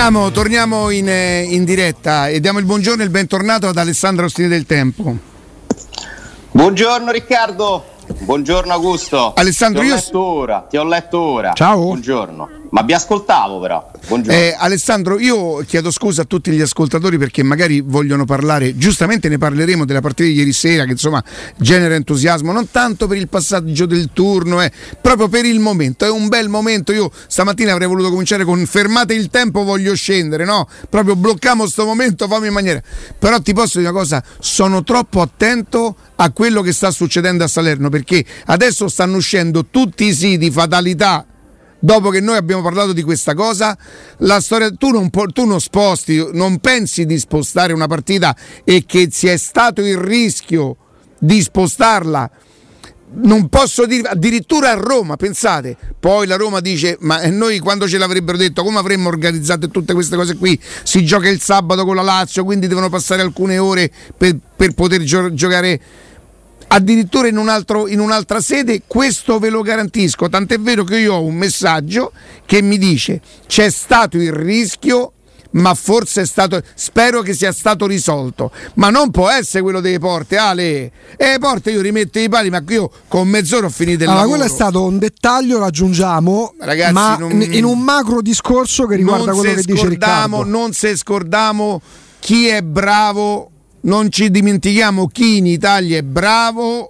Torniamo in diretta e diamo il buongiorno e il bentornato ad Alessandro Ostini del Tempo. Buongiorno Riccardo, buongiorno Augusto. Alessandro, ti ho letto ora. Ciao. Buongiorno. Ma vi ascoltavo però. Buongiorno. Alessandro, io chiedo scusa a tutti gli ascoltatori perché magari vogliono parlare, giustamente ne parleremo della partita di ieri sera che insomma genera entusiasmo, non tanto per il passaggio del turno, proprio per il momento, è un bel momento. Io stamattina avrei voluto cominciare con fermate il tempo, voglio scendere, no? Proprio blocchiamo sto momento, fammi in maniera. Però ti posso dire una cosa, sono troppo attento a quello che sta succedendo a Salerno, perché adesso stanno uscendo tutti i siti fatalità. Dopo che noi abbiamo parlato di questa cosa, la storia, tu non sposti, non pensi di spostare una partita e che sia stato il rischio di spostarla. Non posso dire, addirittura a Roma, pensate, poi la Roma dice: ma noi quando ce l'avrebbero detto, come avremmo organizzato tutte queste cose qui? Si gioca il sabato con la Lazio, quindi devono passare alcune ore per poter giocare addirittura in un'altra sede. Questo ve lo garantisco, tant'è vero che io ho un messaggio che mi dice: c'è stato il rischio, ma forse è stato, spero che sia stato risolto, ma non può essere quello delle porte, Ale. Le porte io rimetto i pali, ma io con mezz'ora ho finito il lavoro. Quello è stato un dettaglio, raggiungiamo, ragazzi, ma in un macro discorso che riguarda quello che dice Riccardo. Non se scordiamo chi è bravo. Non ci dimentichiamo chi in Italia è bravo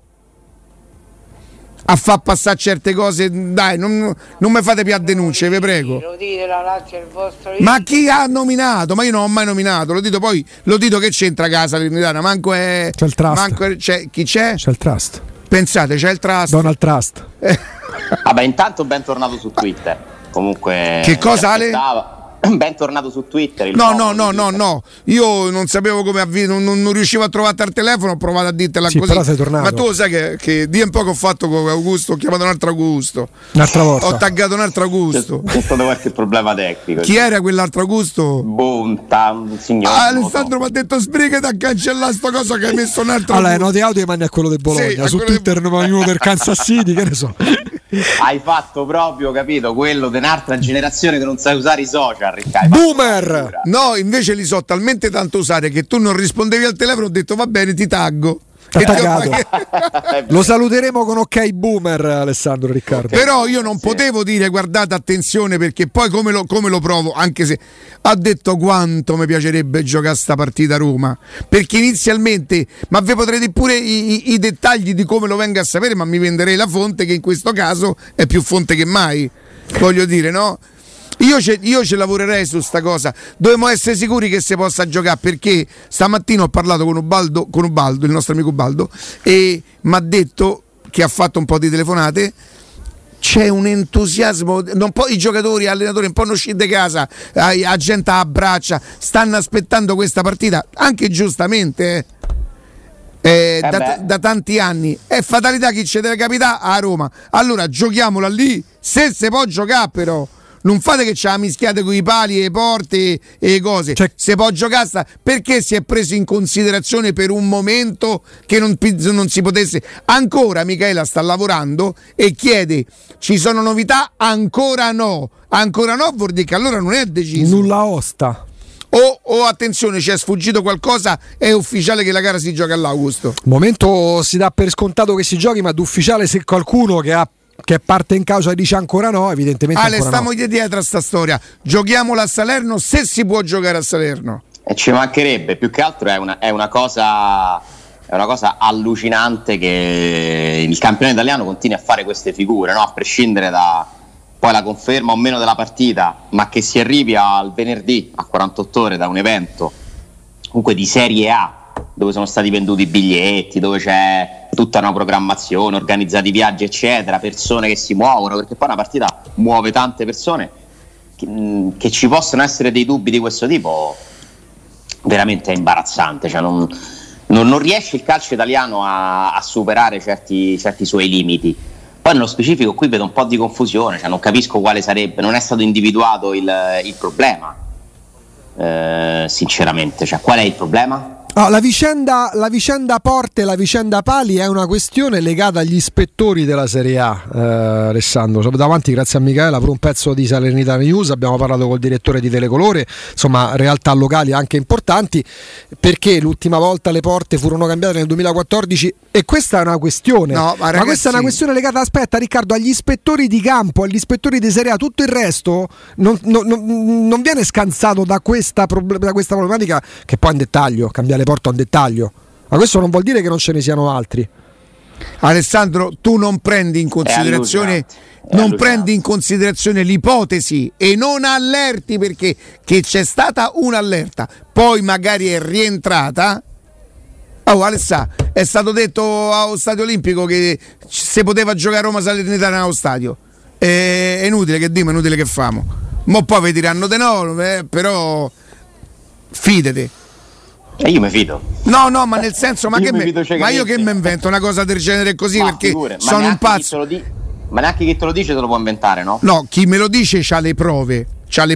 a far passare certe cose. Dai, non mi fate più a denunce, vi prego. Ma chi ha nominato? Ma io non ho mai nominato. Lo dito che c'entra casa l'Ernitana. Manco è. C'è il trust. Chi c'è? C'è il trust. Pensate, c'è il trust. Donald Trust. Vabbè, intanto bentornato su Twitter. Comunque. Che cosa, Ale? Bentornato su Twitter. No. Io non sapevo come non riuscivo a trovarti al telefono, ho provato a dirtela così. Però sei tornato. Ma tu sai che di un po' che ho fatto con Augusto, ho chiamato un altro Augusto. Un'altra volta. Ho taggato un altro Augusto. C'è stato qualche problema tecnico. Chi era quell'altro Augusto? Un signore. Alessandro mi ha detto: sbrigati a cancellare sta cosa che hai messo un altro. Allora, noti audio mandi a quello del Bologna. Sì, su Twitter non ognuno del Kansas City, che ne so. Hai fatto proprio, capito, quello di un'altra generazione che non sa usare i social, Riccardo. Boomer! No, invece li so talmente tanto usare che tu non rispondevi al telefono, ho detto: va bene, ti taggo. Lo saluteremo con ok boomer, Alessandro Riccardo. Però io non potevo dire: guardate, attenzione, perché poi come lo provo, anche se ha detto quanto mi piacerebbe giocare sta partita a Roma, perché inizialmente, ma vi potrei dire pure i dettagli di come lo venga a sapere, ma mi venderei la fonte, che in questo caso è più fonte che mai, voglio dire, no? Io ci lavorerei su sta cosa. Dobbiamo essere sicuri che si possa giocare, perché stamattina ho parlato con Ubaldo, il nostro amico Ubaldo, e mi ha detto che ha fatto un po' di telefonate. C'è un entusiasmo, un po' i giocatori, allenatori un po' non usciti di casa, la gente abbraccia, stanno aspettando questa partita, anche giustamente. Da tanti anni è fatalità chi ci deve capitare a Roma. Allora giochiamola lì, se si può giocare, però non fate che ce la mischiate con i pali e le porte e cose. Se può giocare, perché si è preso in considerazione per un momento che non si potesse. Ancora Michela sta lavorando e chiede: ci sono novità? Ancora no vuol dire che allora non è deciso, nulla osta. O attenzione, ci è sfuggito qualcosa, è ufficiale che la gara si gioca all'Augusto. Momento si dà per scontato che si giochi, ma d'ufficiale, se qualcuno che è parte in causa dice ancora no, evidentemente Ale, ancora stiamo dietro a sta storia. Giochiamola a Salerno, se si può giocare a Salerno. E ci mancherebbe, più che altro è una cosa allucinante che il campione italiano continui a fare queste figure, no? A prescindere da poi la conferma o meno della partita, ma che si arrivi al venerdì a 48 ore da un evento comunque di Serie A, dove sono stati venduti i biglietti, dove c'è tutta una programmazione, organizzati viaggi eccetera, persone che si muovono, perché poi una partita muove tante persone, che ci possono essere dei dubbi di questo tipo veramente è imbarazzante. Cioè non riesce il calcio italiano a superare certi suoi limiti. Poi nello specifico qui vedo un po' di confusione, cioè non capisco quale sarebbe, non è stato individuato il problema, sinceramente. Cioè, qual è il problema? La vicenda Porte e la vicenda Pali è una questione legata agli ispettori della Serie A, Alessandro. Sono davanti, grazie a Michela, per un pezzo di Salernitana News. Abbiamo parlato col direttore di Telecolore, insomma realtà locali anche importanti, perché l'ultima volta le porte furono cambiate nel 2014 e questa è una questione. No, ma ragazzi, questa è una questione legata, aspetta Riccardo, agli ispettori di campo, agli ispettori di Serie A. Tutto il resto non viene scansato da questa problematica, che poi in dettaglio cambiare porta un dettaglio, ma questo non vuol dire che non ce ne siano altri. Alessandro, tu non prendi in considerazione l'ipotesi e non allerti, perché che c'è stata un'allerta, poi magari è rientrata. Alessà, è stato detto allo Stadio Olimpico che se poteva giocare Roma Salernitana allo stadio. È inutile che dimo, è inutile che famo. Mo poi vi diranno di no, però fidati. E io mi fido. No, ma nel senso, ma io che mi invento una cosa del genere così, perché sono un pazzo. Ma neanche chi te lo dice te lo può inventare, no? No, chi me lo dice c'ha le prove.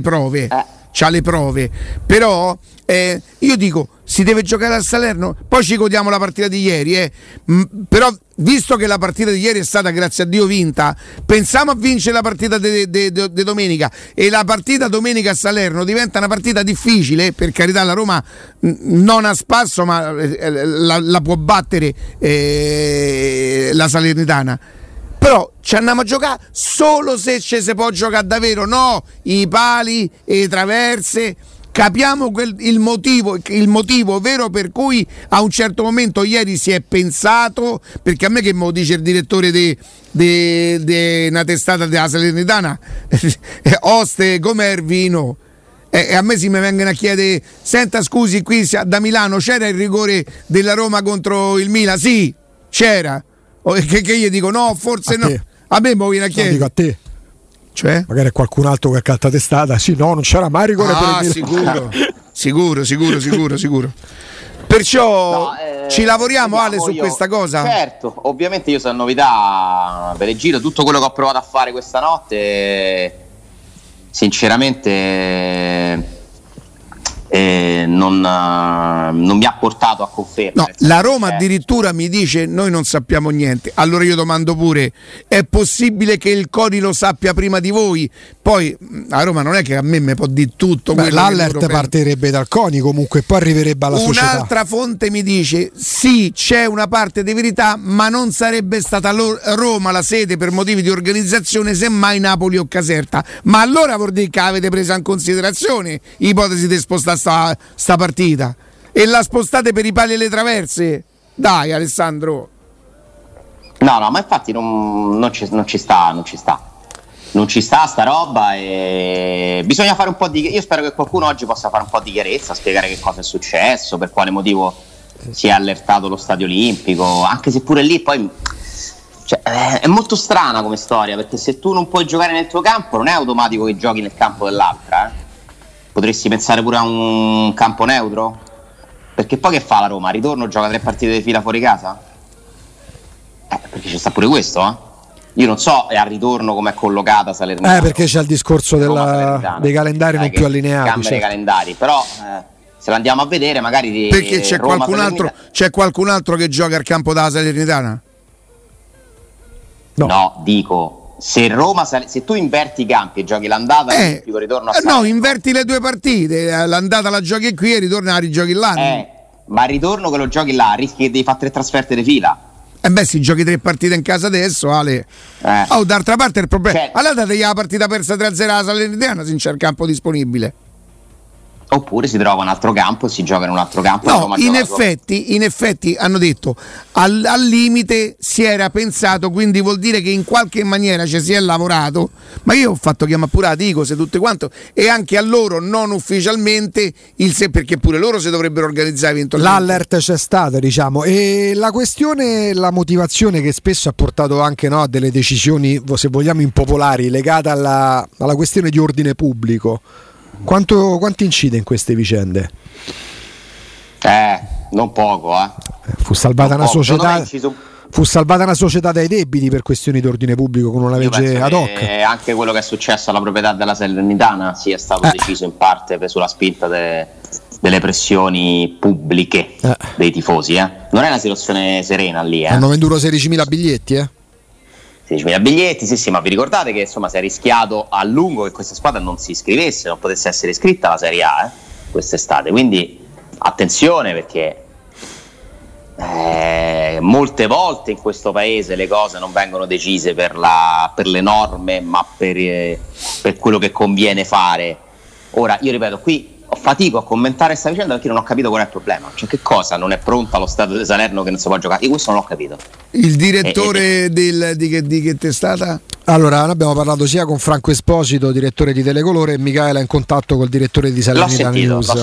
Però io dico, si deve giocare a Salerno, poi ci godiamo la partita di ieri, però visto che la partita di ieri è stata, grazie a Dio, vinta, pensiamo a vincere la partita di domenica, e la partita domenica a Salerno diventa una partita difficile. Per carità, la Roma non a spasso, ma la può battere la Salernitana. Però ci andiamo a giocare solo se ci si può giocare davvero, no i pali e le traverse. Capiamo il motivo vero per cui a un certo momento ieri si è pensato, perché a me che me lo dice il direttore di una testata della Salernitana, oste com'è il vino, e a me si mi vengono a chiedere, senta scusi, qui da Milano c'era il rigore della Roma contro il Milan? Sì, c'era. Che gli dico no, forse no. A me mi viene a chiedere. Dico a te. Cioè? Magari qualcun altro che ha calta testata. Sì, no, non c'era mai rigore per il sicuro. Perciò ci lavoriamo, Ale, su questa cosa. Certo, ovviamente io sono novità per il giro. Tutto quello che ho provato a fare questa notte, sinceramente, non mi ha portato a conferma. No, la Roma addirittura mi dice noi non sappiamo niente. Allora io domando pure, è possibile che il CONI lo sappia prima di voi? Poi a Roma non è che a me mi può dire tutto. L'allert partirebbe dal CONI comunque, poi arriverebbe alla società. Un'altra fonte mi dice sì, c'è una parte di verità, ma non sarebbe stata Roma la sede per motivi di organizzazione, semmai Napoli o Caserta. Ma allora vuol dire che avete preso in considerazione ipotesi di spostare sta partita e la spostate per i pali e le traverse? Dai, Alessandro. No, ma infatti non ci sta sta roba, e bisogna fare un po' di. Io spero che qualcuno oggi possa fare un po' di chiarezza, spiegare che cosa è successo, per quale motivo si è allertato lo Stadio Olimpico, anche se pure lì poi è molto strana come storia, perché se tu non puoi giocare nel tuo campo non è automatico che giochi nel campo dell'altra. Potresti pensare pure a un campo neutro? Perché poi che fa la Roma? Ritorno, gioca 3 partite di fila fuori casa? Perché ci sta pure questo, Io non so al ritorno come è collocata Salernitana. Perché c'è il discorso dei calendari non più allineati. Cambia i calendari, però se lo andiamo a vedere magari perché c'è qualcun altro che gioca al campo della Salernitana? No, dico, se tu inverti i campi e giochi l'andata e il ritorno a Salerno. No, inverti le 2 partite, l'andata la giochi qui e il ritorno la rigiochi là. Ma il ritorno che lo giochi là rischi che devi fare 3 trasferte di fila. Si giochi 3 partite in casa adesso, Ale. D'altra parte il problema, allora date la partita persa 3-0 alla Salernitana se non c'è il campo disponibile. Oppure si trova un altro campo e si gioca in un altro campo. No, in effetti hanno detto al limite si era pensato, quindi vuol dire che in qualche maniera ci si è lavorato. Ma io ho fatto chiamare pure a Ticos e tutto quanto, e anche a loro non ufficialmente perché pure loro si dovrebbero organizzare eventualmente. L'allert c'è stata, diciamo, e la questione, la motivazione che spesso ha portato anche a delle decisioni, se vogliamo, impopolari, legate alla questione di ordine pubblico. Quanto incide in queste vicende? Non poco, Fu salvata una società. Fu salvata una società dai debiti per questioni di ordine pubblico con una legge ad hoc. Anche quello che è successo alla proprietà della Salernitana è stato deciso in parte sulla spinta delle pressioni pubbliche dei tifosi. Non è una situazione serena lì. Hanno venduto 16.000 biglietti. 16.000 biglietti, sì, ma vi ricordate che insomma si è rischiato a lungo che questa squadra non si iscrivesse, non potesse essere iscritta alla Serie A quest'estate, quindi attenzione, perché molte volte in questo paese le cose non vengono decise per le norme, ma per quello che conviene fare. Ora, io ripeto, qui fatico a commentare questa vicenda perché non ho capito qual è il problema, cioè che cosa non è pronta allo stadio di Salerno che non si può giocare. Io questo non l'ho capito. Il direttore di che testata? Allora, noi abbiamo parlato sia con Franco Esposito, direttore di Telecolore, e Michaela in contatto col direttore di Salernitana News.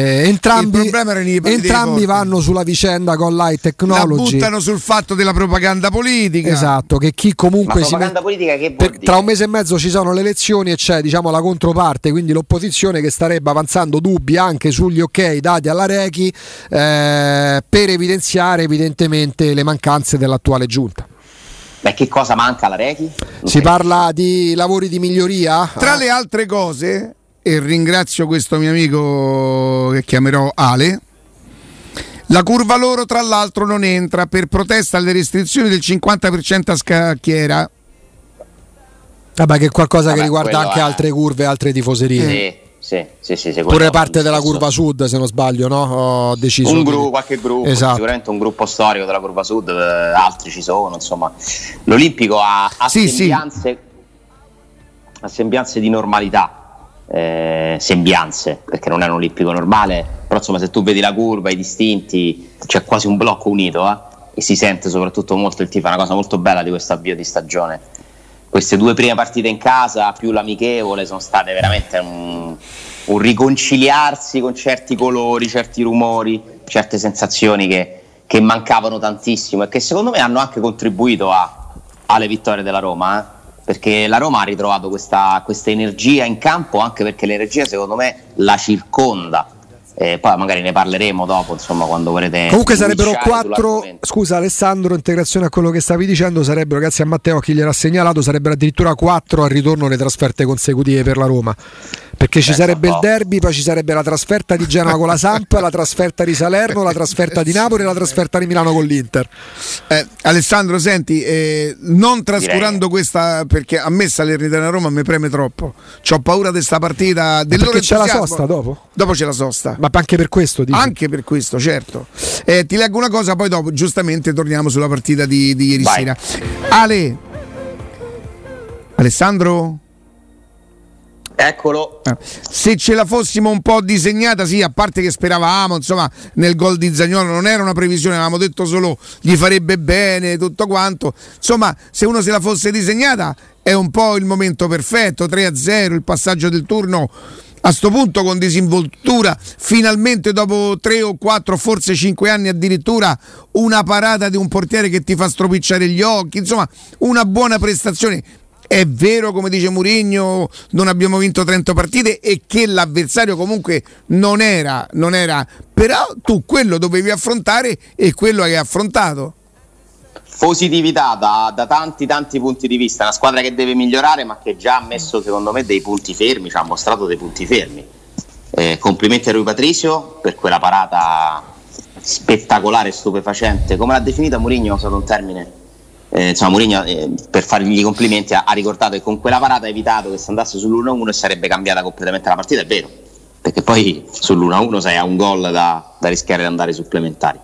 Entrambi vanno sulla vicenda con Light Technology. La buttano sul fatto della propaganda politica. Esatto, che chi comunque propaganda politica che vuol dire? Tra un mese e mezzo ci sono le elezioni e c'è, diciamo, la controparte, quindi l'opposizione che starebbe avanzando dubbi anche sugli ok dati alla Rechi per evidenziare evidentemente le mancanze dell'attuale giunta. Beh, che cosa manca alla Rechi? Si parla di lavori di miglioria? Tra le altre cose, e ringrazio questo mio amico che chiamerò Ale, la curva loro tra l'altro non entra per protesta alle restrizioni del 50% a scacchiera. Vabbè, che è qualcosa che riguarda anche altre curve, altre tifoserie. Sì, pure parte della curva sud, se non sbaglio, no? Ho deciso qualche gruppo, esatto. Sicuramente un gruppo storico della curva sud, altri ci sono, insomma. L'Olimpico ha sembianze di normalità, sembianze, perché non è un Olimpico normale, però insomma se tu vedi la curva, i distinti, c'è quasi un blocco unito, e si sente soprattutto molto il tifo. È una cosa molto bella di questo avvio di stagione. Queste due prime partite in casa più l'amichevole sono state veramente un riconciliarsi con certi colori, certi rumori, certe sensazioni che mancavano tantissimo e che secondo me hanno anche contribuito alle vittorie della Roma, perché la Roma ha ritrovato questa energia in campo, anche perché l'energia secondo me la circonda. Poi magari ne parleremo dopo, insomma, quando vorrete. Comunque sarebbero 4. Scusa Alessandro, integrazione a quello che stavi dicendo, sarebbero, grazie a Matteo chi gliel'ha segnalato, sarebbero addirittura 4 al ritorno le trasferte consecutive per la Roma, perché ci sarebbe il derby, poi ci sarebbe la trasferta di Genova con la Samp, la trasferta di Salerno, la trasferta di Napoli e la trasferta di Milano con l'Inter. Alessandro, senti, non trascurando questa, perché a me Salernitana Roma mi preme troppo, c'ho paura di sta partita, perché c'è la sosta dopo c'è la sosta. Ma anche per questo, dici? Anche per questo, certo. Ti leggo una cosa, poi dopo giustamente torniamo sulla partita di ieri sera. Alessandro? Eccolo. Se ce la fossimo un po' disegnata, sì, a parte che speravamo, insomma, nel gol di Zaniolo non era una previsione, avevamo detto solo gli farebbe bene, tutto quanto. Insomma, se uno se la fosse disegnata è un po' il momento perfetto, 3-0, il passaggio del turno a sto punto con disinvoltura, finalmente dopo 3 o 4, forse 5 anni addirittura, una parata di un portiere che ti fa stropicciare gli occhi, insomma, una buona prestazione. È vero, come dice Mourinho, non abbiamo vinto 30 partite e che l'avversario comunque non era, però tu quello dovevi affrontare e quello hai affrontato. Positività da tanti punti di vista, una squadra che deve migliorare ma che già ha messo secondo me dei punti fermi, ci ha mostrato dei punti fermi. Complimenti a Rui Patricio per quella parata spettacolare, stupefacente, come l'ha definita Mourinho, è usato un termine. Mourinho, per fargli i complimenti, ha ricordato che con quella parata ha evitato che si andasse sull'1-1 e sarebbe cambiata completamente la partita. È vero, perché poi sull'1-1 sei a un gol da rischiare di andare ai supplementari.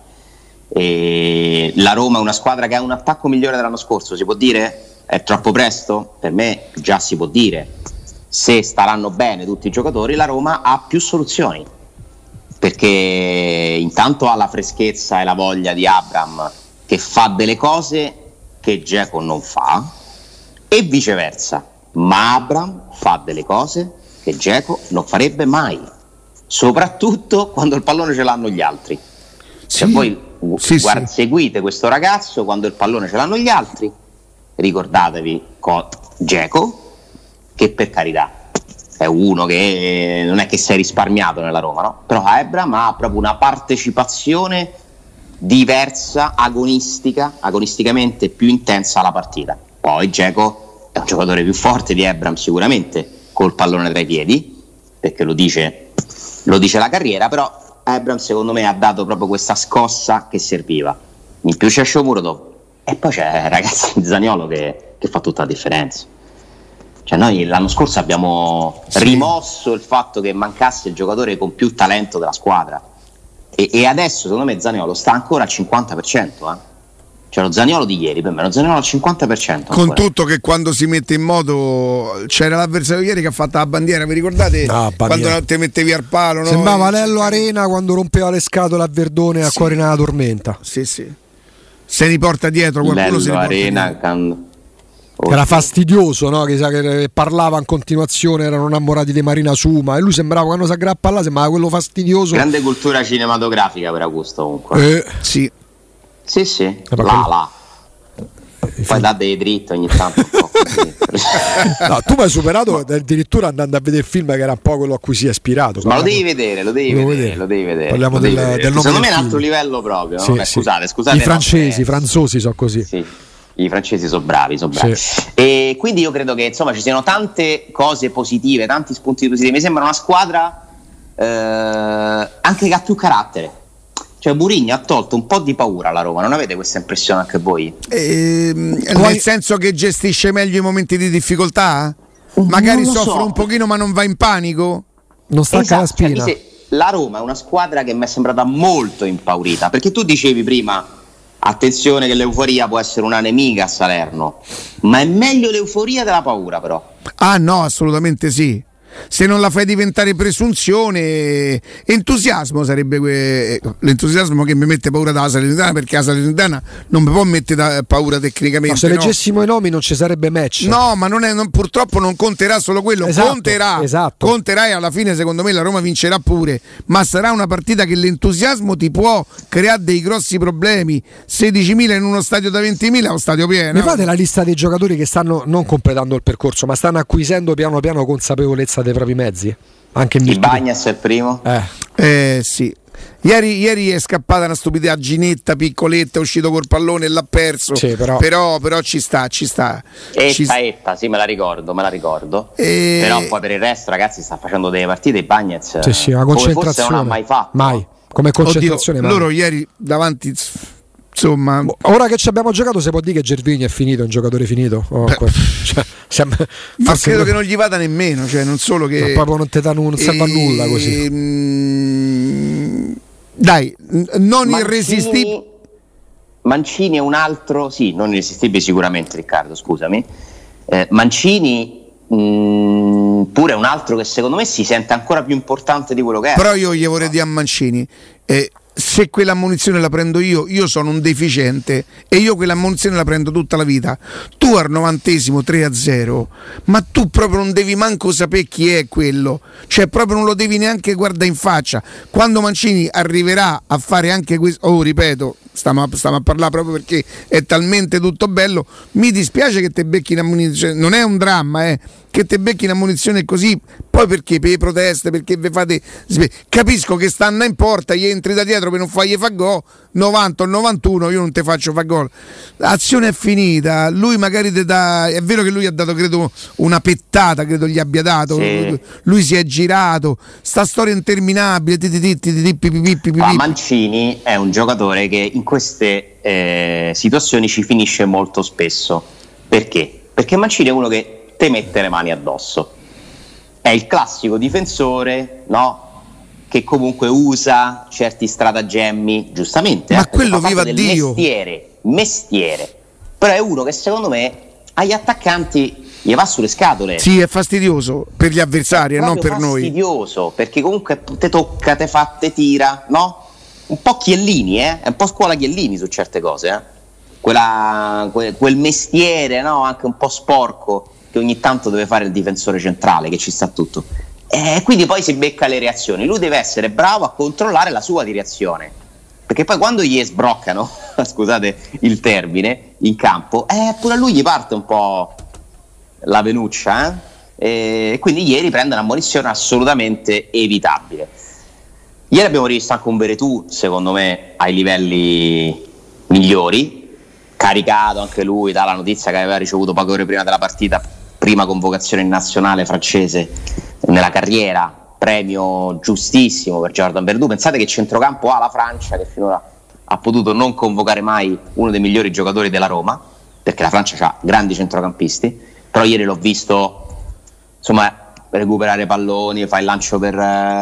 E la Roma è una squadra che ha un attacco migliore dell'anno scorso, si può dire? È troppo presto? Per me già si può dire. Se staranno bene tutti i giocatori, la Roma ha più soluzioni, perché intanto ha la freschezza e la voglia di Abraham, che fa delle cose che Dzeko non fa, e viceversa, ma Abraham fa delle cose che Dzeko non farebbe mai, soprattutto quando il pallone ce l'hanno gli altri. Cioè, voi seguite questo ragazzo quando il pallone ce l'hanno gli altri, ricordatevi Dzeko, che per carità è uno che non è che si è risparmiato nella Roma, no? Però Abraham ha proprio una partecipazione diversa, agonisticamente più intensa alla partita. Poi Dzeko è un giocatore più forte di Abraham sicuramente col pallone tra i piedi, perché lo dice la carriera, però Abrams secondo me ha dato proprio questa scossa che serviva. In più c'è Shomurodov e poi c'è ragazzi Zaniolo che fa tutta la differenza. Cioè noi l'anno scorso abbiamo rimosso il fatto che mancasse il giocatore con più talento della squadra e adesso secondo me Zaniolo sta ancora al 50%. Cioè lo Zaniolo di ieri per me, lo Zaniolo al 50% ancora. Con tutto che quando si mette in moto, c'era l'avversario ieri che ha fatto la bandiera, vi ricordate? Quando non te mettevi al palo, no? Sembrava Lello Arena quando rompeva le scatole a Verdone a cuore nella tormenta. Sì. Se li porta dietro qualcuno, Lello se li porta Arena dietro. Era fastidioso, no? Che parlava in continuazione, erano innamorati di Marina Suma e lui sembrava, quando si aggrappa là, sembrava quello fastidioso. Grande cultura cinematografica per Augusto comunque. Sì. Là. Poi dà dei dritti ogni tanto. No, tu mi hai superato addirittura andando a vedere il film che era un po' quello a cui si è ispirato. Ma lo devi vedere. Parliamo del nome. Secondo me è un altro livello proprio. Sì, no? sì. Scusate. I franzosi sono così. Sì. I francesi sono bravi. Sì. E quindi io credo che insomma ci siano tante cose positive, tanti spunti positivi. Mi sembra una squadra anche che ha più carattere. Cioè Mourinho ha tolto un po' di paura alla Roma, non avete questa impressione anche voi? Nel senso che gestisce meglio i momenti di difficoltà? Magari soffre un pochino ma non va in panico? Non stacca la spina. La Roma è una squadra che mi è sembrata molto impaurita, perché tu dicevi prima, attenzione che l'euforia può essere una nemica a Salerno, ma è meglio l'euforia della paura però. Ah no, assolutamente sì. Se non la fai diventare presunzione, entusiasmo sarebbe l'entusiasmo che mi mette paura dalla Salernitana, perché la Salernitana non mi può mettere paura tecnicamente. No, se leggessimo i nomi non ci sarebbe match. No, ma purtroppo non conterà solo quello. Esatto. Conterà e alla fine secondo me la Roma vincerà pure, ma sarà una partita che l'entusiasmo ti può creare dei grossi problemi. 16.000 in uno stadio da 20.000 è uno stadio pieno. Mi fate la lista dei giocatori che stanno non completando il percorso, ma stanno acquisendo piano piano consapevolezza dei propri mezzi? Anche il Bagnas è il primo? Sì. Ieri è scappata una stupidità, Ginetta piccoletta, è uscito col pallone e l'ha perso. Sì, però ci sta. Etta, sì, me la ricordo. Però poi per il resto, ragazzi, sta facendo delle partite Bagnez. Sì, una concentrazione. Come forse non ha mai fatto. Mai. Come concentrazione. Oddio, loro ieri davanti. Insomma, ora che ci abbiamo giocato si può dire che Gervigno è finito, è un giocatore finito. Ma credo che non gli vada nemmeno, cioè non solo che no, proprio non serve a nulla così. Dai, non irresistibile. Mancini è un altro, sì, non irresistibile sicuramente, Riccardo, scusami. Mancini pure è un altro che secondo me si sente ancora più importante di quello che è. Però io gli vorrei dire a Mancini, se quella ammonizione la prendo io sono un deficiente e io quella ammonizione la prendo tutta la vita. Tu al 90esimo 3-0, ma tu proprio non devi manco sapere chi è quello, cioè proprio non lo devi neanche guardare in faccia. Quando Mancini arriverà a fare anche questo, ripeto, stiamo a parlare proprio perché è talmente tutto bello, mi dispiace che te becchi in ammonizione, non è un dramma, che te becchi in ammonizione così, poi perché per le proteste, perché vi fate capisco che stanno in porta, gli entri da dietro per non fargli fa gol, 90 o 91 io non te faccio fa gol, l'azione è finita, lui magari te dà, è vero che lui ha dato credo una pettata, credo gli abbia dato, sì. Lui si è girato, sta storia interminabile, ma Mancini è un giocatore che in queste situazioni ci finisce molto spesso. Perché? Perché Mancini è uno che te mette le mani addosso, è il classico difensore, no? Che comunque usa certi stratagemmi, giustamente, ma quello viva Dio, mestiere, però è uno che secondo me agli attaccanti gli va sulle scatole. Sì, è fastidioso per gli avversari e non per noi. È fastidioso perché comunque te tocca, te fa, te tira, no? Un po' Chiellini, è un po' scuola Chiellini su certe cose, quel mestiere, no? Anche un po' sporco che ogni tanto deve fare il difensore centrale, che ci sta tutto. E quindi poi si becca le reazioni. Lui deve essere bravo a controllare la sua direzione, perché poi quando gli sbroccano, scusate il termine, in campo, pure a lui gli parte un po' la venuccia, e quindi ieri prende una ammonizione assolutamente evitabile. Ieri abbiamo rivisto anche un Veretù, secondo me, ai livelli migliori, caricato anche lui dalla notizia che aveva ricevuto poche ore prima della partita, prima convocazione in nazionale francese nella carriera, premio giustissimo per Jordan Verdú. Pensate che centrocampo ha la Francia, che finora ha potuto non convocare mai uno dei migliori giocatori della Roma, perché la Francia ha grandi centrocampisti, però ieri l'ho visto insomma recuperare palloni, fa il lancio per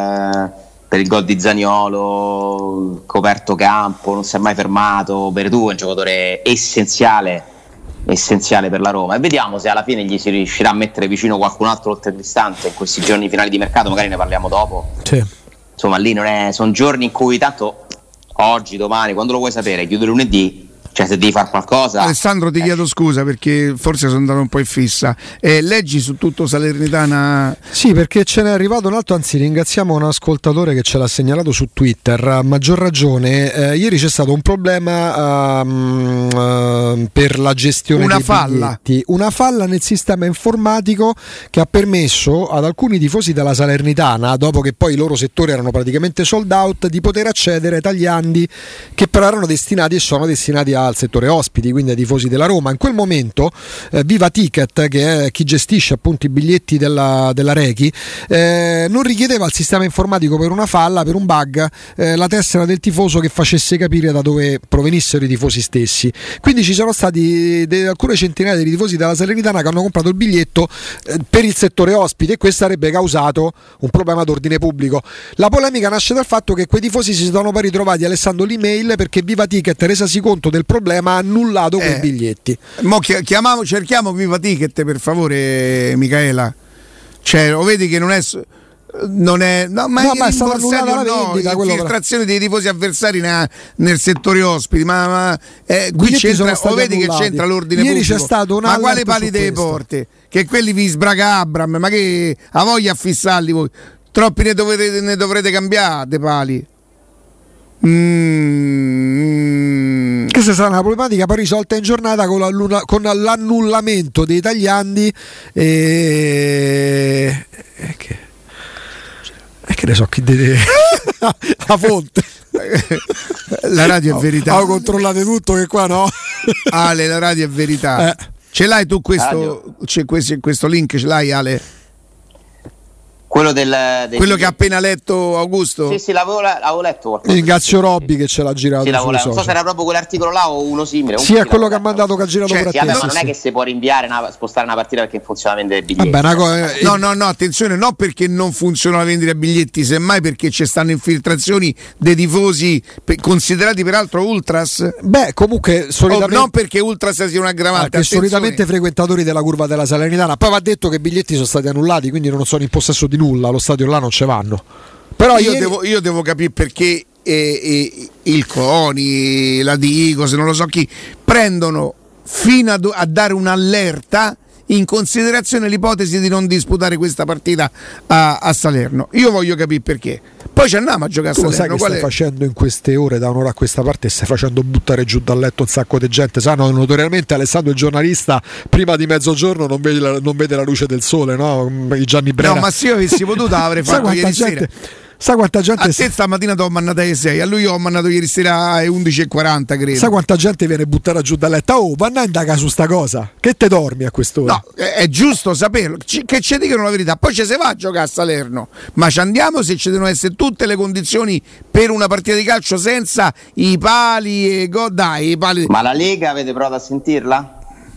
il gol di Zaniolo, coperto campo, non si è mai fermato. Verdú è un giocatore essenziale per la Roma, e vediamo se alla fine gli si riuscirà a mettere vicino qualcun altro oltre Cristante in questi giorni finali di mercato. Magari ne parliamo dopo. Sì. Insomma, lì sono giorni in cui tanto oggi, domani, quando lo vuoi sapere, chiude lunedì. Cioè, se devi fare qualcosa. Alessandro, ti chiedo scusa perché forse sono andato un po' in fissa. Leggi su tutto Salernitana? Sì, perché ce n'è arrivato un altro, anzi ringraziamo un ascoltatore che ce l'ha segnalato su Twitter. A maggior ragione, ieri c'è stato un problema per la gestione dei biglietti. Una falla nel sistema informatico che ha permesso ad alcuni tifosi della Salernitana, dopo che poi i loro settori erano praticamente sold out, di poter accedere ai tagliandi che però erano destinati e sono destinati al settore ospiti, quindi ai tifosi della Roma. In quel momento Viva Ticket, che è chi gestisce appunto i biglietti della Rechi, non richiedeva al sistema informatico, per una falla, per un bug, la tessera del tifoso che facesse capire da dove provenissero i tifosi stessi. Quindi ci sono stati alcune centinaia di tifosi della Salernitana che hanno comprato il biglietto per il settore ospite, e questo avrebbe causato un problema d'ordine pubblico. La polemica nasce dal fatto che quei tifosi si sono poi ritrovati, Alessandro, l'email perché Viva Ticket, resasi conto del problema, ha annullato quei biglietti. Cerchiamo Viva Ticket, per favore, Michaela. Cioè, lo vedi che non è ma è stata annullata la vendita, infiltrazione dei tifosi avversari nel settore ospiti, qui c'entra, lo vedi che c'entra l'ordine ieri pubblico. C'è stato ma quale pali delle porte? Che quelli vi sbraga Abram, ma che ha voglia a fissarli voi? Troppi ne dovrete cambiare dei pali. Questa sarà una problematica poi risolta in giornata con l'annullamento dei tagliandi e che ne so chi la fonte. La radio è verità. Controllate tutto, che qua no. Ale, la radio è verità. Ce l'hai tu questo link, ce l'hai, Ale? Quello che ha appena letto Augusto? Sì, l'avevo letto qualcosa. Ringrazio Robby che ce l'ha girato. Sì, non so se era proprio quell'articolo là o uno simile. Sì, è quello che ha mandato, che ha girato per te. Ma non è che si può rinviare, spostare una partita perché in funzionamento dei biglietti. No, attenzione, no, perché non funziona la vendita dei biglietti, semmai perché ci stanno infiltrazioni dei tifosi considerati peraltro ultras. Comunque solitamente non perché ultras sia un aggravante, perché solitamente frequentatori della curva della Salernitana. Poi va detto che i biglietti sono stati annullati, quindi non sono in possesso di nulla, allo stadio là non ce vanno. Però io devo capire perché il CONI, la Digos, non lo so chi, prendono fino a dare un'allerta in considerazione l'ipotesi di non disputare questa partita a Salerno. Io voglio capire perché. Poi ci andiamo a giocare a Salerno. Sai che stai facendo in queste ore, da un'ora a questa parte, stai facendo buttare giù dal letto un sacco di gente. Sanno notoriamente Alessandro, il giornalista, prima di mezzogiorno non vede la luce del sole, no? I Gianni Brera. No, ma se io avessi potuto l'avrei fatto ieri sera. Sai quanta gente? A te stamattina ti ho mandato alle 6, a lui ho mandato ieri sera alle 11:40, credo. Sai quanta gente viene buttata giù dal letto? Oh, vanno a indagare su sta cosa. Che te dormi a quest'ora? No, è giusto saperlo. Che ci dicono la verità. Poi ci si va a giocare a Salerno. Ma ci andiamo se ci devono essere tutte le condizioni per una partita di calcio senza i pali e dai, i pali. Ma la Lega avete provato a sentirla?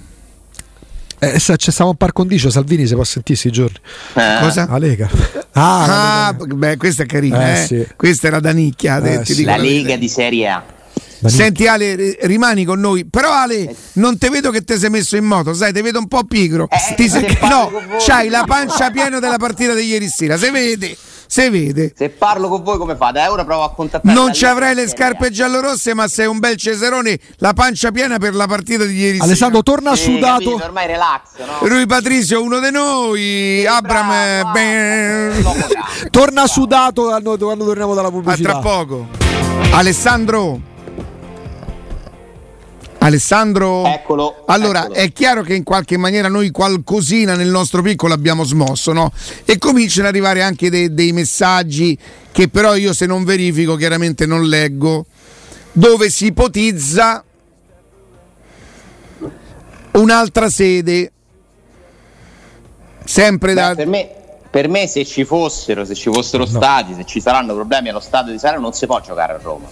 Se c'è stato un par condicio, Salvini si può sentire questi giorni. Cosa? La Lega. Beh, questa è carina, sì. Questa era da nicchia. Sì. La Lega di Serie A. Senti Ale, rimani con noi. Però Ale, non te vedo che ti sei messo in moto, sai, ti vedo un po' pigro. C'hai la pancia piena della partita di ieri sera, si vede. Se parlo con voi come fate? Ora provo a contattare. Non ci avrai le scarpe giallorosse, ma sei un bel Cesarone, la pancia piena per la partita di ieri sera. Alessandro torna sudato. Capito, ormai relax, no? Rui Patricio, uno di noi. Abram torna sudato quando torniamo dalla pubblicità. A tra poco. Alessandro, eccolo. Allora, è chiaro che in qualche maniera noi qualcosina nel nostro piccolo abbiamo smosso, no? E cominciano ad arrivare anche dei messaggi che però io, se non verifico, chiaramente non leggo, dove si ipotizza un'altra sede, sempre per me Per me se ci fossero stati, se ci saranno problemi allo stadio di Salerno, non si può giocare a Roma.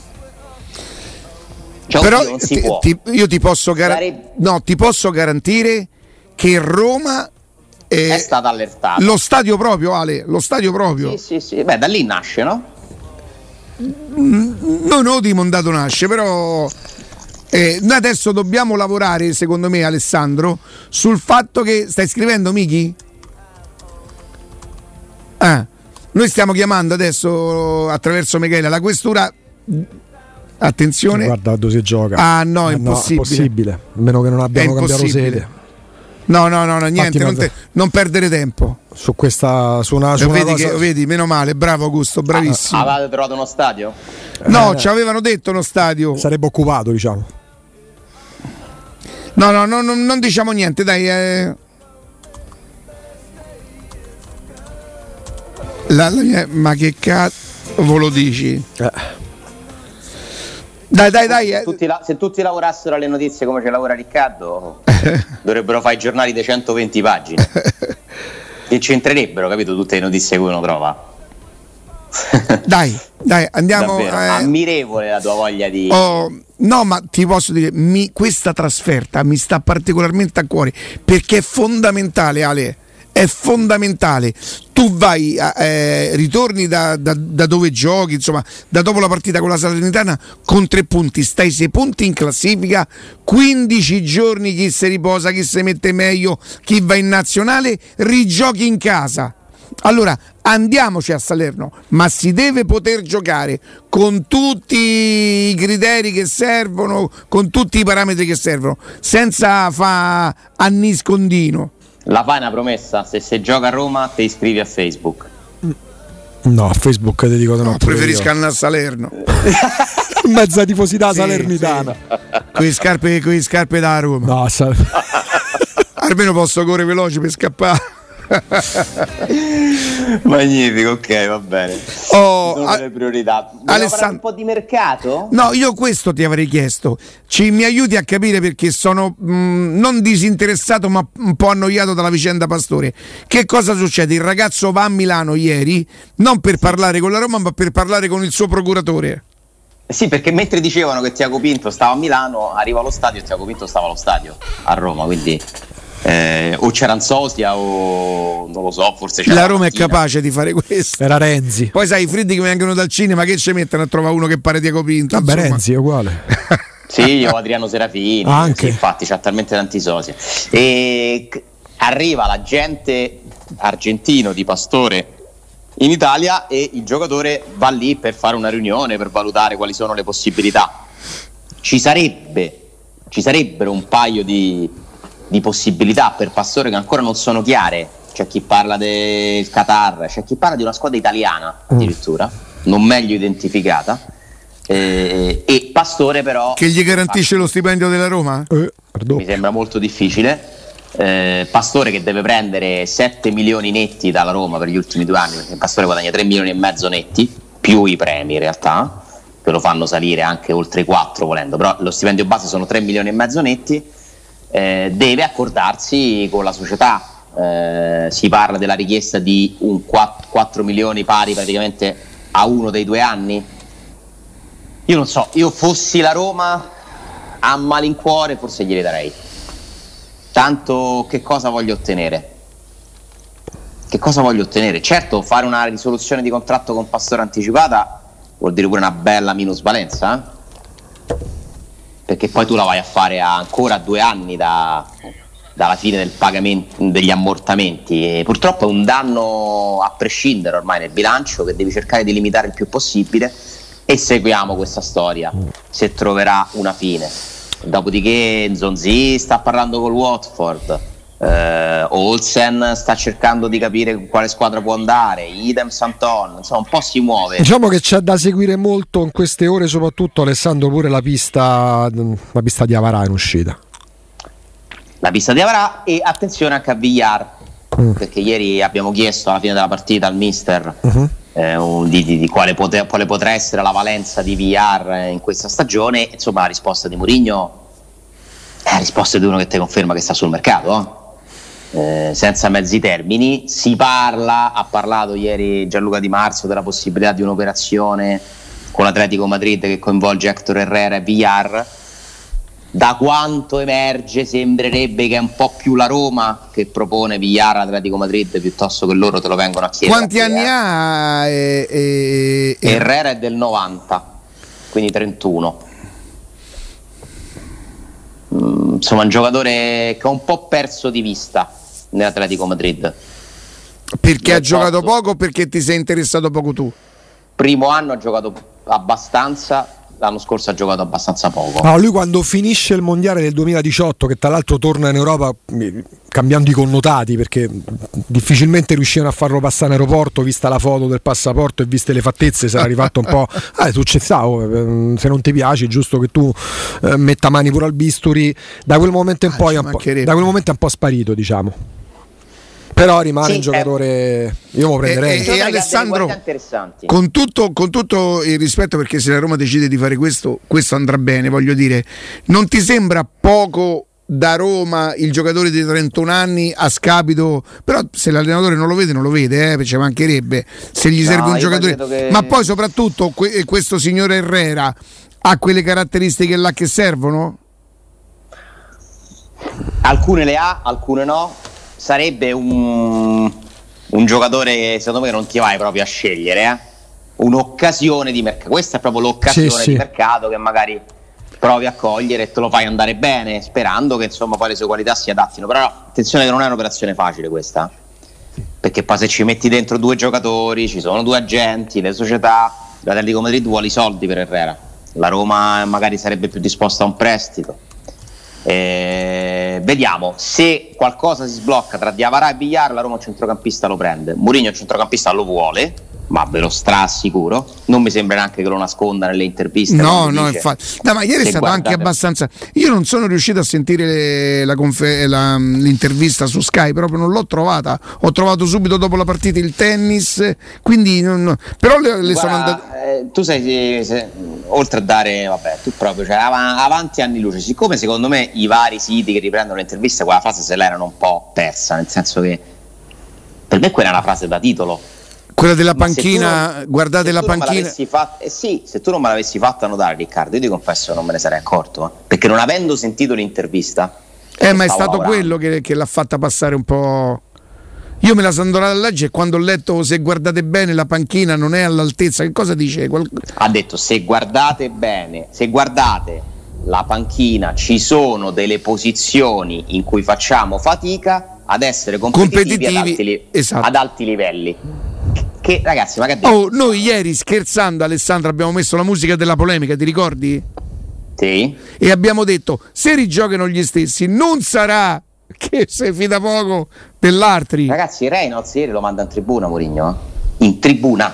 Cioè, però non si può. io ti posso garantire che Roma è stato allertato. Lo stadio proprio, Ale, lo stadio proprio. Sì. Beh, da lì nasce, no? Non ho dimodato nasce, però noi adesso dobbiamo lavorare, secondo me, Alessandro, sul fatto che stai scrivendo, Miki? Noi stiamo chiamando adesso attraverso Michele la questura. Attenzione. Guarda dove si gioca. No, è impossibile. A meno che non abbiamo cambiato sede. No, niente, non perdere tempo. Su una vedi, cosa... vedi, meno male, bravo Augusto, bravissimo. Avete trovato uno stadio? No, ci avevano detto uno stadio. Sarebbe occupato, diciamo. No, non diciamo niente, dai. Ma che cazzo lo dici? Dai. Se tutti lavorassero alle notizie come ci lavora Riccardo, dovrebbero fare i giornali di 120 pagine. Che c'entrerebbero, capito? Tutte le notizie che uno trova. Dai, andiamo. Ammirevole la tua voglia di. No, ma ti posso dire, questa trasferta mi sta particolarmente a cuore perché è fondamentale, Ale. È fondamentale. Tu vai, ritorni da dove giochi, insomma, da dopo la partita con la Salernitana con 3 punti, stai 6 punti in classifica, 15 giorni chi si riposa, chi si mette meglio, chi va in nazionale, rigiochi in casa. Allora andiamoci a Salerno, ma si deve poter giocare con tutti i criteri che servono, con tutti i parametri che servono, senza fa anniscondino. La fai una promessa? Se gioca a Roma ti iscrivi a Facebook? No, a Facebook ti dico no. Preferisco andare a Salerno. Mezza tifosità salernitana. Con le scarpe da Roma. No, almeno posso correre veloce per scappare. Magnifico, ok, va bene. Sono le priorità. Alessandro, un po' di mercato? No, io questo ti avrei chiesto. Mi aiuti a capire, perché sono non disinteressato ma un po' annoiato dalla vicenda Pastore. Che cosa succede? Il ragazzo va a Milano ieri non per parlare con la Roma ma per parlare con il suo procuratore. Sì, perché mentre dicevano che Tiago Pinto stava a Milano, arriva allo stadio e Tiago Pinto stava allo stadio a Roma, quindi o c'era un sosia o non lo so, forse c'era la Roma è capace di fare questo. Era Renzi. Poi sai, i freddi che vengono dal cinema, che ci mettono a trovare uno che pare Tiago Pinto? Vabbè, Renzi è uguale. Sì, io Adriano Serafini anche. Sì, infatti c'ha talmente tanti sosia. E arriva l'agente argentino di Pastore in Italia e il giocatore va lì per fare una riunione, per valutare quali sono le possibilità. Ci sarebbero un paio di possibilità per Pastore che ancora non sono chiare. C'è chi parla del Qatar, c'è chi parla di una squadra italiana addirittura, non meglio identificata, e Pastore però che gli garantisce lo stipendio della Roma? Mi sembra molto difficile. Pastore che deve prendere 7 milioni netti dalla Roma per gli ultimi 2 anni, perché Pastore guadagna 3 milioni e mezzo netti più i premi in realtà, che lo fanno salire anche oltre i 4 volendo, però lo stipendio base sono 3 milioni e mezzo netti. Deve accordarsi con la società, si parla della richiesta di un 4 milioni pari praticamente a uno dei 2 anni. Io non so, io fossi la Roma a malincuore forse glieli darei. Tanto che cosa voglio ottenere? Certo, fare una risoluzione di contratto con Pastore anticipata vuol dire pure una bella minusvalenza, perché poi tu la vai a fare ancora 2 anni dalla fine del pagamento degli ammortamenti, e purtroppo è un danno a prescindere ormai nel bilancio che devi cercare di limitare il più possibile, e seguiamo questa storia se troverà una fine. Dopodiché Zonzi sta parlando col Watford, Olsen sta cercando di capire con quale squadra può andare, idem Santon, insomma un po' si muove. Diciamo che c'è da seguire molto in queste ore, soprattutto Alessandro, pure la pista di Avarà in uscita. La pista di Avarà, e attenzione anche a Villar, perché ieri abbiamo chiesto alla fine della partita al mister di quale potrà essere la valenza di Villar in questa stagione. Insomma la risposta di Mourinho è la risposta di uno che ti conferma che sta sul mercato, senza mezzi termini. Ha parlato ieri Gianluca Di Marzio della possibilità di un'operazione con l'Atletico Madrid che coinvolge Héctor Herrera e Villar. Da quanto emerge sembrerebbe che è un po' più la Roma che propone Villar all'Atletico Madrid piuttosto che loro te lo vengono a chiedere. Quanti anni ha? Herrera è del 90, quindi 31. Insomma, un giocatore che ho un po' perso di vista nell'Atletico Madrid. Perché ha giocato poco o perché ti sei interessato poco tu? Primo anno ha giocato abbastanza, l'anno scorso ha giocato abbastanza poco. No, lui quando finisce il mondiale del 2018, che tra l'altro torna in Europa cambiando i connotati, perché difficilmente riuscivano a farlo passare in aeroporto, vista la foto del passaporto e viste le fattezze, si era rifatto un po'. Tu c'è stato, se non ti piace è giusto che tu metta mani pure al bisturi. Da quel momento in poi da quel momento è un po' sparito, diciamo. Però rimane un giocatore, io lo prenderei. E Alessandro, con tutto il rispetto, perché se la Roma decide di fare questo andrà bene, voglio dire, non ti sembra poco da Roma il giocatore di 31 anni a scapito? Però se l'allenatore non lo vede, perché ci mancherebbe, se gli serve un giocatore, ma poi soprattutto questo signore Herrera ha quelle caratteristiche là che servono? Alcune le ha, alcune no. Sarebbe un giocatore che secondo me non ti vai proprio a scegliere, un'occasione di mercato. Questa è proprio l'occasione di mercato che magari provi a cogliere e te lo fai andare bene, sperando che insomma poi le sue qualità si adattino. Però attenzione che non è un'operazione facile questa, perché poi se ci metti dentro due giocatori, ci sono due agenti, le società, l'Atletico Madrid vuole i soldi per Herrera, la Roma magari sarebbe più disposta a un prestito. Vediamo se qualcosa si sblocca tra Diawara e Villar. La Roma un centrocampista lo prende, Mourinho un centrocampista lo vuole, ma ve lo strassicuro. Non mi sembra neanche che lo nasconda nelle interviste. No, infatti. Ma ieri è stato anche abbastanza. Io non sono riuscito a sentire l'intervista su Sky, proprio non l'ho trovata. Ho trovato subito dopo la partita il tennis, quindi però le sono andate. Tu sei oltre a dare, tu proprio, cioè, avanti anni luce. Siccome secondo me i vari siti che riprendono le interviste quella frase se l'erano un po' persa, nel senso che per me quella è una frase da titolo. Quella della panchina, guardate la panchina. Se tu non me l'avessi fatta notare, Riccardo, io ti confesso non me ne sarei accorto, perché non avendo sentito l'intervista. Ma è stato quello che l'ha fatta passare un po'. Io me la sono andata a leggere e quando ho letto se guardate bene la panchina non è all'altezza. Che cosa dice? Ha detto se guardate bene, se guardate la panchina ci sono delle posizioni in cui facciamo fatica ad essere competitivi esatto. Ad alti livelli. Che ragazzi, ma che noi ieri scherzando, Alessandro, abbiamo messo la musica della polemica, ti ricordi? Sì. E abbiamo detto se rigiocano gli stessi non sarà che se fida poco dell'altri. Ragazzi, Reynolds ieri lo manda in tribuna Mourinho, in tribuna,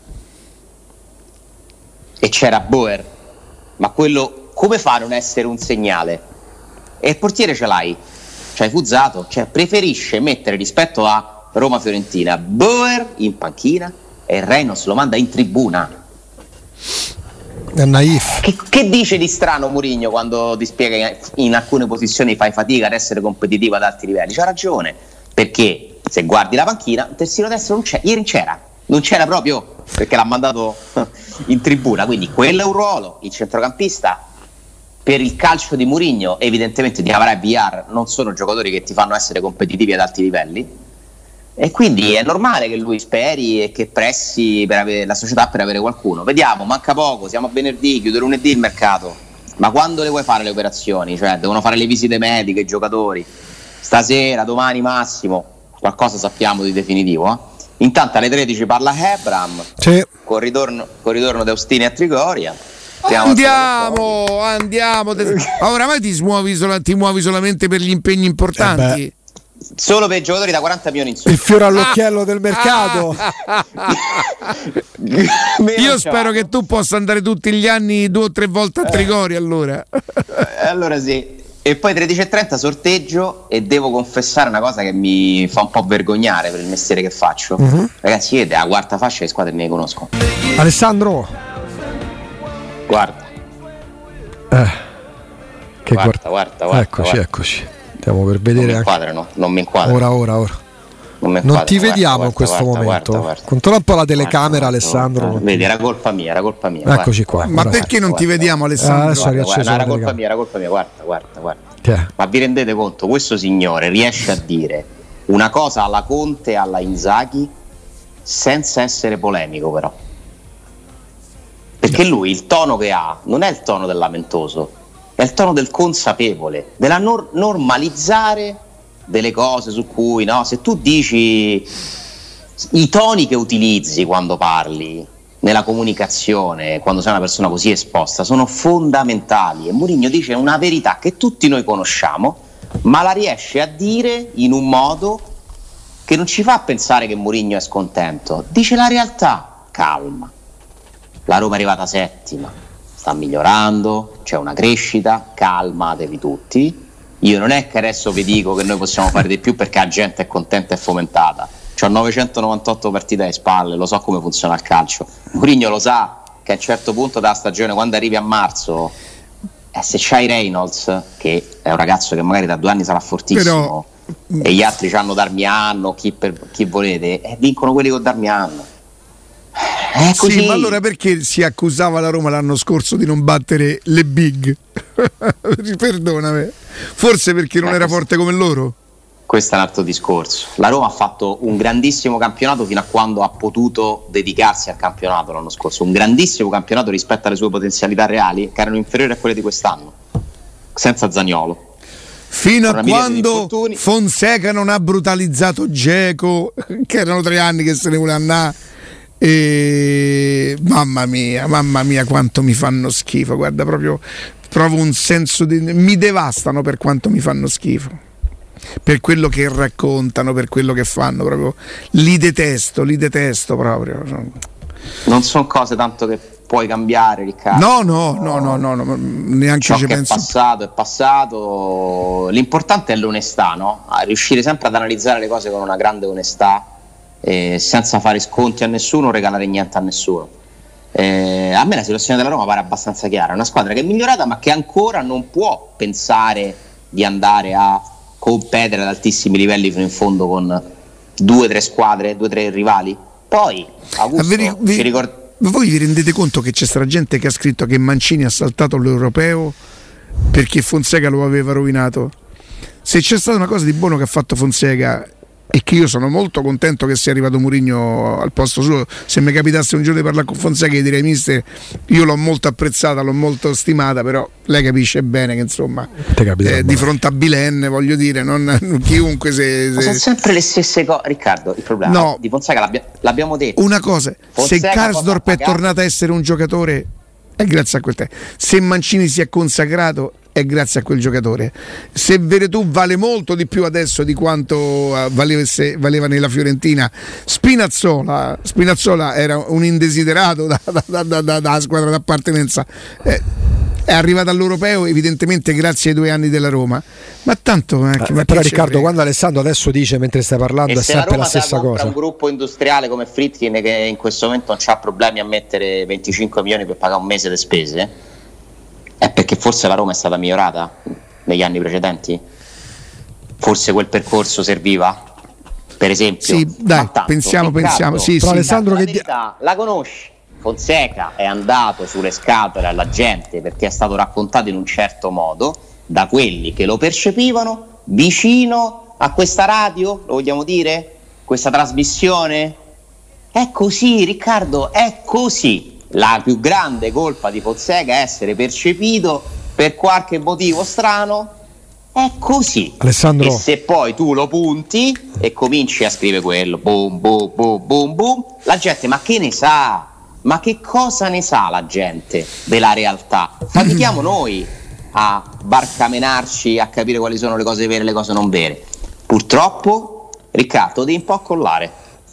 e c'era Boer, ma quello come fa a non essere un segnale? E il portiere ce l'hai, c'hai Fuzzato, cioè preferisce mettere rispetto a Roma-Fiorentina Boer in panchina e Reynolds lo manda in tribuna. È naif. Che dice di strano Mourinho quando ti spiega che in alcune posizioni fai fatica ad essere competitivo ad alti livelli? C'ha ragione, perché se guardi la panchina il terzino destro non c'è, ieri non c'era proprio, perché l'ha mandato in tribuna, quindi quello è un ruolo. Il centrocampista per il calcio di Mourinho evidentemente Diawara e Villar non sono giocatori che ti fanno essere competitivi ad alti livelli, e quindi è normale che lui speri e che pressi per avere la società per avere qualcuno. Vediamo, manca poco, siamo a venerdì, chiude lunedì il mercato, ma quando le vuoi fare le operazioni? Cioè devono fare le visite mediche i giocatori stasera, domani massimo, qualcosa sappiamo di definitivo, Intanto alle 13 parla Hebram, sì, con ritorno di Austini a Trigoria. Andiamo. Oramai ti muovi solamente per gli impegni importanti. Solo per i giocatori da 40 milioni in su. Il fiore all'occhiello del mercato. Io spero che tu possa andare tutti gli anni 2 o 3 volte a Trigoria, allora. Allora sì. E poi 13:30 sorteggio, e devo confessare una cosa che mi fa un po' vergognare per il mestiere che faccio. Ragazzi, io la quarta fascia di squadre ne conosco. Alessandro, guarda. Che guarda. Eccoci. Stiamo per vedere non mi inquadrano. Ora. Non ti vediamo in questo momento. Guarda. Controlla un po' la telecamera, Alessandro. Vedi, era colpa mia. Eccoci qua. Ma perché non ti vediamo, Alessandro? Era colpa mia. Guarda. Ma vi rendete conto? Questo signore riesce a dire una cosa alla Conte e alla Inzaghi senza essere polemico, però. Perché lui il tono che ha non è il tono del lamentoso, è il tono del consapevole, della normalizzare delle cose su cui, no, se tu dici i toni che utilizzi quando parli nella comunicazione, quando sei una persona così esposta, sono fondamentali, e Mourinho dice una verità che tutti noi conosciamo, ma la riesce a dire in un modo che non ci fa pensare che Mourinho è scontento, dice la realtà. Calma, la Roma è arrivata settima, sta migliorando, c'è una crescita, calmatevi tutti. Io non è che adesso vi dico che noi possiamo fare di più perché la gente è contenta e fomentata. C'ho 998 partite alle spalle, lo so come funziona il calcio. Mourinho lo sa che a un certo punto della stagione, quando arrivi a marzo, se c'hai Reynolds, che è un ragazzo che magari da 2 anni sarà fortissimo, e gli altri c'hanno Darmian, chi volete, vincono quelli con Darmian. È così. Sì, ma allora perché si accusava la Roma l'anno scorso di non battere le big? Perdonami. Forse perché non era forte come loro? Questo è un altro discorso. La Roma ha fatto un grandissimo campionato fino a quando ha potuto dedicarsi al campionato l'anno scorso. Un grandissimo campionato rispetto alle sue potenzialità reali, che erano inferiori a quelle di quest'anno, senza Zaniolo. Fino a quando Fonseca non ha brutalizzato Dzeko, che erano 3 anni che se ne voleva andare. E mamma mia quanto mi fanno schifo, guarda, proprio provo un senso di... mi devastano per quanto mi fanno schifo, per quello che raccontano, per quello che fanno, proprio li detesto proprio. Non sono cose tanto che puoi cambiare, Riccardo. No, neanche ciò ci che penso. È passato. L'importante è l'onestà, no? A riuscire sempre ad analizzare le cose con una grande onestà, senza fare sconti a nessuno, regalare niente a nessuno. A me la situazione della Roma pare abbastanza chiara, è una squadra che è migliorata ma che ancora non può pensare di andare a competere ad altissimi livelli fino in fondo con 2-3 squadre, 2-3 rivali. Poi Augusto, voi vi rendete conto che c'è stata gente che ha scritto che Mancini ha saltato l'europeo perché Fonseca lo aveva rovinato? Se c'è stata una cosa di buono che ha fatto Fonseca, e che io sono molto contento che sia arrivato Mourinho al posto suo, se mi capitasse un giorno di parlare con Fonseca gli direi: mister, io l'ho molto apprezzata, l'ho molto stimata, però lei capisce bene che insomma di fronte a Bilen, voglio dire, non chiunque sono sempre le stesse cose, Riccardo. Il problema di Fonseca l'abbiamo detto. Una cosa, Fonseca, se Karsdorp è tornato a essere un giocatore è grazie a quel tempo. Se Mancini si è consacrato è grazie a quel giocatore. Se Veretù vale molto di più adesso di quanto valeva nella Fiorentina. Spinazzola era un indesiderato da squadra d'appartenenza, è arrivato all'europeo evidentemente grazie ai 2 anni della Roma, ma tanto però Riccardo, quando Alessandro adesso dice mentre stai parlando è sempre la stessa cosa. Un gruppo industriale come Friedkin che in questo momento non c'ha problemi a mettere 25 milioni per pagare un mese di spese, è perché forse la Roma è stata migliorata negli anni precedenti, forse quel percorso serviva, per esempio. Sì, dai, pensiamo. Sì, però Alessandro, la verità la conosci. Fonseca è andato sulle scatole alla gente perché è stato raccontato in un certo modo da quelli che lo percepivano vicino a questa radio, lo vogliamo dire? Questa trasmissione? È così, Riccardo, è così. La più grande colpa di Fonseca è essere percepito per qualche motivo strano. È così. Alessandro. E se poi tu lo punti e cominci a scrivere quello, boom, boom, boom, boom, boom, la gente, ma che ne sa? Ma che cosa ne sa la gente della realtà? Fatichiamo noi a barcamenarci, a capire quali sono le cose vere e le cose non vere. Purtroppo, Riccardo, devi un po' collare.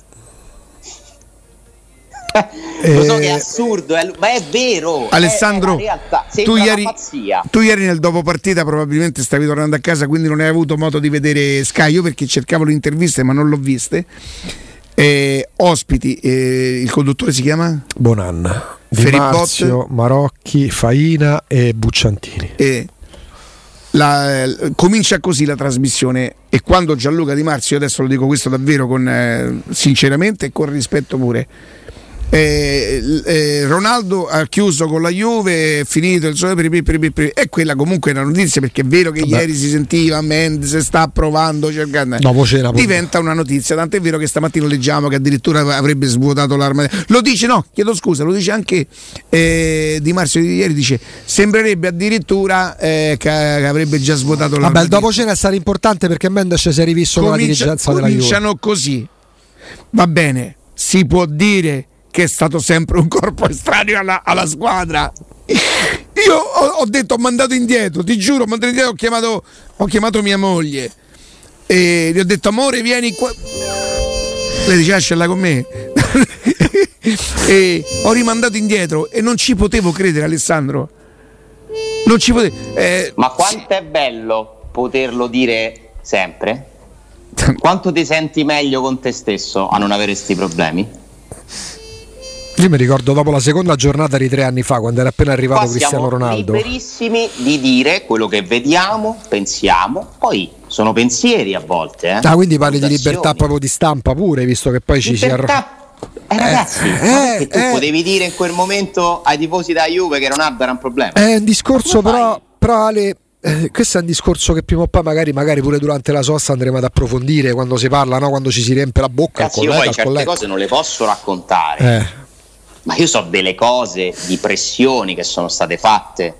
Lo so che è assurdo, ma è vero. Alessandro, è la realtà. tu ieri nel dopo partita probabilmente stavi tornando a casa, quindi non hai avuto modo di vedere Sky. Io perché cercavo le interviste ma non l'ho viste. Ospiti, il conduttore si chiama? Bonan, Di Marzio, Marocchi, Faina e Bucciantini. comincia così la trasmissione, e quando Gianluca Di Marzio, adesso lo dico questo davvero con sinceramente e con rispetto pure, Ronaldo ha chiuso con la Juve, è finito il suo e quella comunque è una notizia, perché è vero che ieri si sentiva Mendes sta provando, cercando, diventa una notizia, tant'è vero che stamattina leggiamo che addirittura avrebbe svuotato l'arma. Lo dice lo dice anche Di Marzio di ieri, dice sembrerebbe addirittura che avrebbe già svuotato l'arma. Vabbè, il dopo cena è stato importante perché Mendes si è rivisto con la dirigenza della Juve. Cominciano così, va bene, si può dire che è stato sempre un corpo estraneo alla squadra. Io ho detto, ho mandato indietro, ti giuro, ho chiamato mia moglie e gli ho detto amore vieni qua, lei dice scella con me e ho rimandato indietro e non ci potevo credere, Alessandro, non ci potevo ma quanto è bello poterlo dire sempre. Quanto ti senti meglio con te stesso a non avere sti problemi? Io mi ricordo dopo la seconda giornata di 3 anni fa, quando era appena arrivato Cristiano Ronaldo. Siamo liberissimi di dire quello che vediamo, pensiamo, poi sono pensieri a volte. Quindi parli di libertà proprio di stampa pure, visto che poi ci si ragazzi, che tu potevi dire in quel momento ai tifosi da Juve che Ronaldo era un problema. È un discorso però Ale, questo è un discorso che prima o poi magari pure durante la sosta andremo ad approfondire, quando si parla, no? Quando ci si riempie la bocca. Ragazzi, io poi certe cose non le posso raccontare. Ma io so delle cose di pressioni che sono state fatte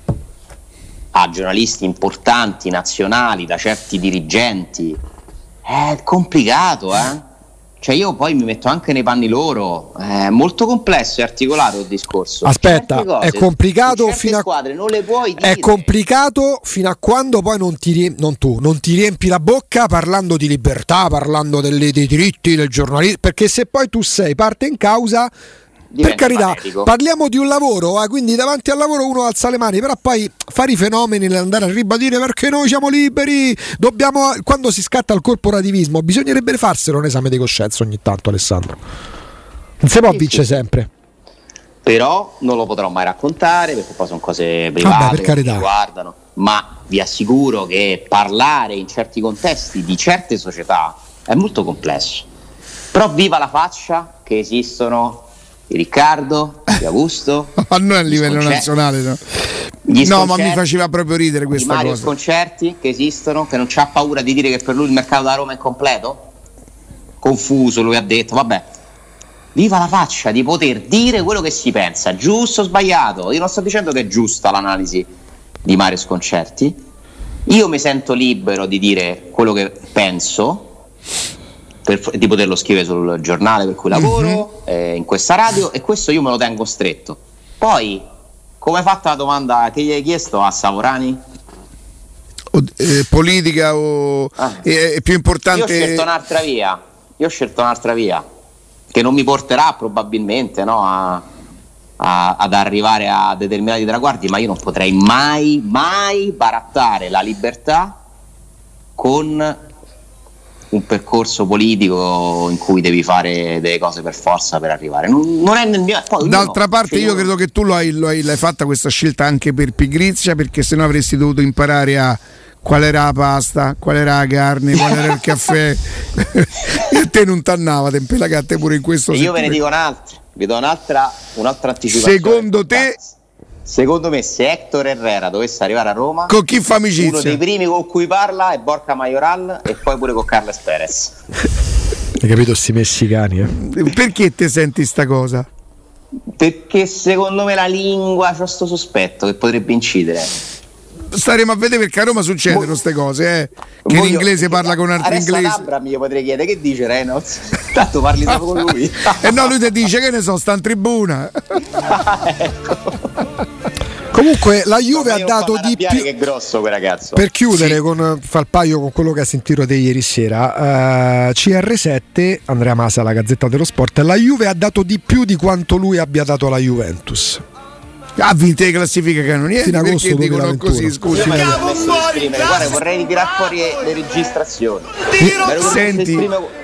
a giornalisti importanti, nazionali, da certi dirigenti. È complicato, Cioè io poi mi metto anche nei panni loro. È molto complesso e articolato il discorso. Aspetta, cose, è complicato fino a squadre non le puoi dire. È complicato fino a quando poi non ti riempi la bocca parlando di libertà, parlando dei diritti del giornalismo, perché se poi tu sei parte in causa, per carità, patetico. Parliamo di un lavoro, quindi davanti al lavoro uno alza le mani, però poi fare i fenomeni, andare a ribadire perché noi siamo liberi, dobbiamo, quando si scatta il corporativismo bisognerebbe farselo un esame di coscienza ogni tanto, Alessandro, non si può vincere sempre. Però non lo potrò mai raccontare perché poi sono cose private, per carità, che mi riguardano, ma vi assicuro che parlare in certi contesti di certe società è molto complesso. Però viva la faccia che esistono di Riccardo, di Augusto, a noi a livello nazionale no, ma mi faceva proprio ridere questa Mario cosa. Sconcerti che esistono, che non c'ha paura di dire che per lui il mercato da Roma è completo, confuso, lui ha detto, vabbè, viva la faccia di poter dire quello che si pensa, giusto o sbagliato. Io non sto dicendo che è giusta l'analisi di Mario Sconcerti, io mi sento libero di dire quello che penso, di poterlo scrivere sul giornale per cui lavoro, in questa radio, e questo io me lo tengo stretto. Poi, come hai fatto la domanda che gli hai chiesto a Savorani? Politica o è più importante? Io ho scelto un'altra via che non mi porterà probabilmente, no, ad arrivare a determinati traguardi, ma io non potrei mai barattare la libertà con un percorso politico in cui devi fare delle cose per forza per arrivare. Non è nel mio. D'altra parte, io credo che tu l'hai fatta questa scelta anche per pigrizia, perché sennò avresti dovuto imparare a qual era la pasta, qual era la carne, qual era il caffè. E a te non t'annava tempelagate pure in questo. Io ve ne dico un'altra, vi do un'altra anticipazione. Secondo te? Secondo me, se Hector Herrera dovesse arrivare a Roma, con chi fa amicizia? Uno dei primi con cui parla è Borja Mayoral e poi pure con Carles Perez. Hai capito sti messicani? Perché te senti sta cosa? Perché secondo me la lingua c'ho sto sospetto che potrebbe incidere. Staremo a vedere, perché a Roma succedono queste cose, che l'inglese parla con altri inglesi. Abram io potrei chiedere che dice Reynolds. Tanto parli solo con lui. E no, lui ti dice che ne so, sta in tribuna. Ecco. Comunque la Juve ha dato di più. Che è grosso quel ragazzo. Per chiudere, fa il paio con quello che ha sentito te ieri sera, CR7, Andrea Masa, la Gazzetta dello Sport, la Juve ha dato di più di quanto lui abbia dato alla Juventus. Ha vinto le classifiche canoniere, perché dicono così, scusi. Guarda, vorrei ritirare fuori le registrazioni. Senti,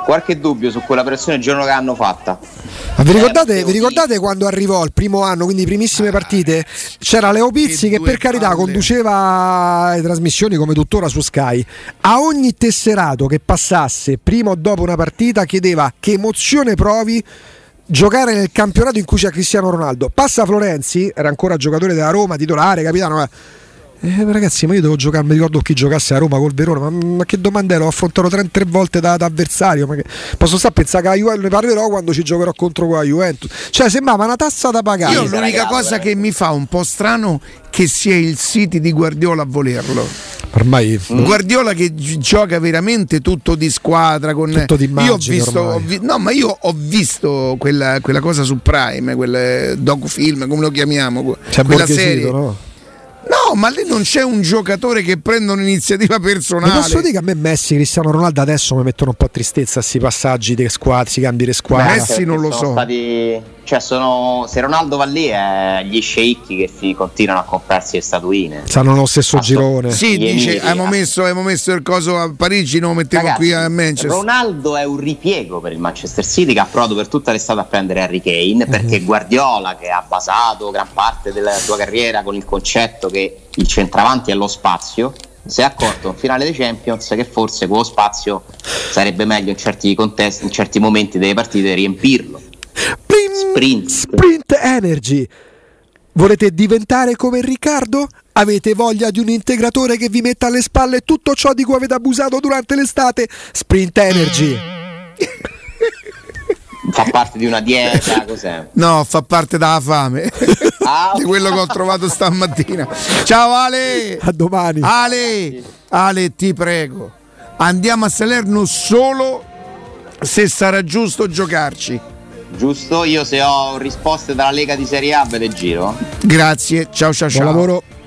qualche dubbio su quella pressione il giorno che hanno fatta. Ma vi ricordate quando arrivò il primo anno, quindi primissime partite, c'era Leo Pizzi che per carità conduceva le trasmissioni come tuttora su Sky, a ogni tesserato che passasse prima o dopo una partita chiedeva che emozione provi giocare nel campionato in cui c'è Cristiano Ronaldo. Passa Florenzi, era ancora giocatore della Roma, titolare, capitano, ragazzi, ma io devo giocare, mi ricordo chi giocasse a Roma col Verona, ma che domanda ero? Ho affrontato 3 volte da avversario, ma che... posso stare a pensare che la Juventus, ne parlerò quando ci giocherò contro la Juventus, cioè sembrava una tazza da pagare. Io l'unica cosa che mi fa un po' strano che sia il City di Guardiola a volerlo. Ormai Guardiola che gioca veramente tutto di squadra con... tutto di immagine. Io ho visto quella cosa su Prime, quel docufilm, come lo chiamiamo, c'è quella serie, no? No, ma lì non c'è un giocatore che prenda un'iniziativa personale. Mi posso dire che a me Messi, Cristiano Ronaldo adesso mi mettono un po' tristezza questi passaggi di squadre, si cambi le squadre. Messi non lo so. Se Ronaldo va lì è gli sceicchi che continuano a comprarsi le statuine. Stanno nello stesso girone. Sì, dice abbiamo messo il coso a Parigi, non lo mettiamo. Ragazzi, qui a Manchester. Ronaldo è un ripiego per il Manchester City, che ha provato per tutta l'estate a prendere Harry Kane, perché Guardiola, che ha basato gran parte della sua carriera con il concetto che il centravanti è lo spazio, si è accorto in finale dei Champions che forse quello spazio sarebbe meglio in certi contesti, in certi momenti delle partite riempirlo. Sprint Energy. Volete diventare come Riccardo? Avete voglia di un integratore che vi metta alle spalle tutto ciò di cui avete abusato durante l'estate? Sprint Energy. Fa parte di una dieta, cos'è? No, fa parte della fame. Di quello che ho trovato stamattina. Ciao Ale. A domani. Ale, ti prego. Andiamo a Salerno solo se sarà giusto giocarci. Giusto, io se ho risposte dalla Lega di Serie A ve le giro. Grazie, ciao. Buon lavoro.